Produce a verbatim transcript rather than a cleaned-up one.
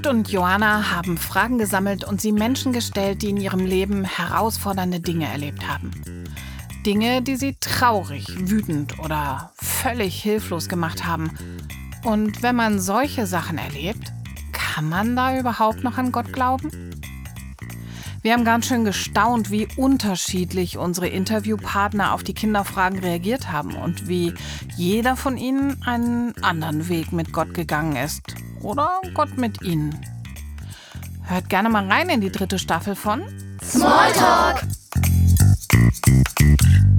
und Joanna haben Fragen gesammelt und sie Menschen gestellt, die in ihrem Leben herausfordernde Dinge erlebt haben. Dinge, die sie traurig, wütend oder völlig hilflos gemacht haben. Und wenn man solche Sachen erlebt, kann man da überhaupt noch an Gott glauben? Wir haben ganz schön gestaunt, wie unterschiedlich unsere Interviewpartner auf die Kinderfragen reagiert haben und wie jeder von ihnen einen anderen Weg mit Gott gegangen ist. Oder Gott mit ihnen. Hört gerne mal rein in die dritte Staffel von Smalltalk!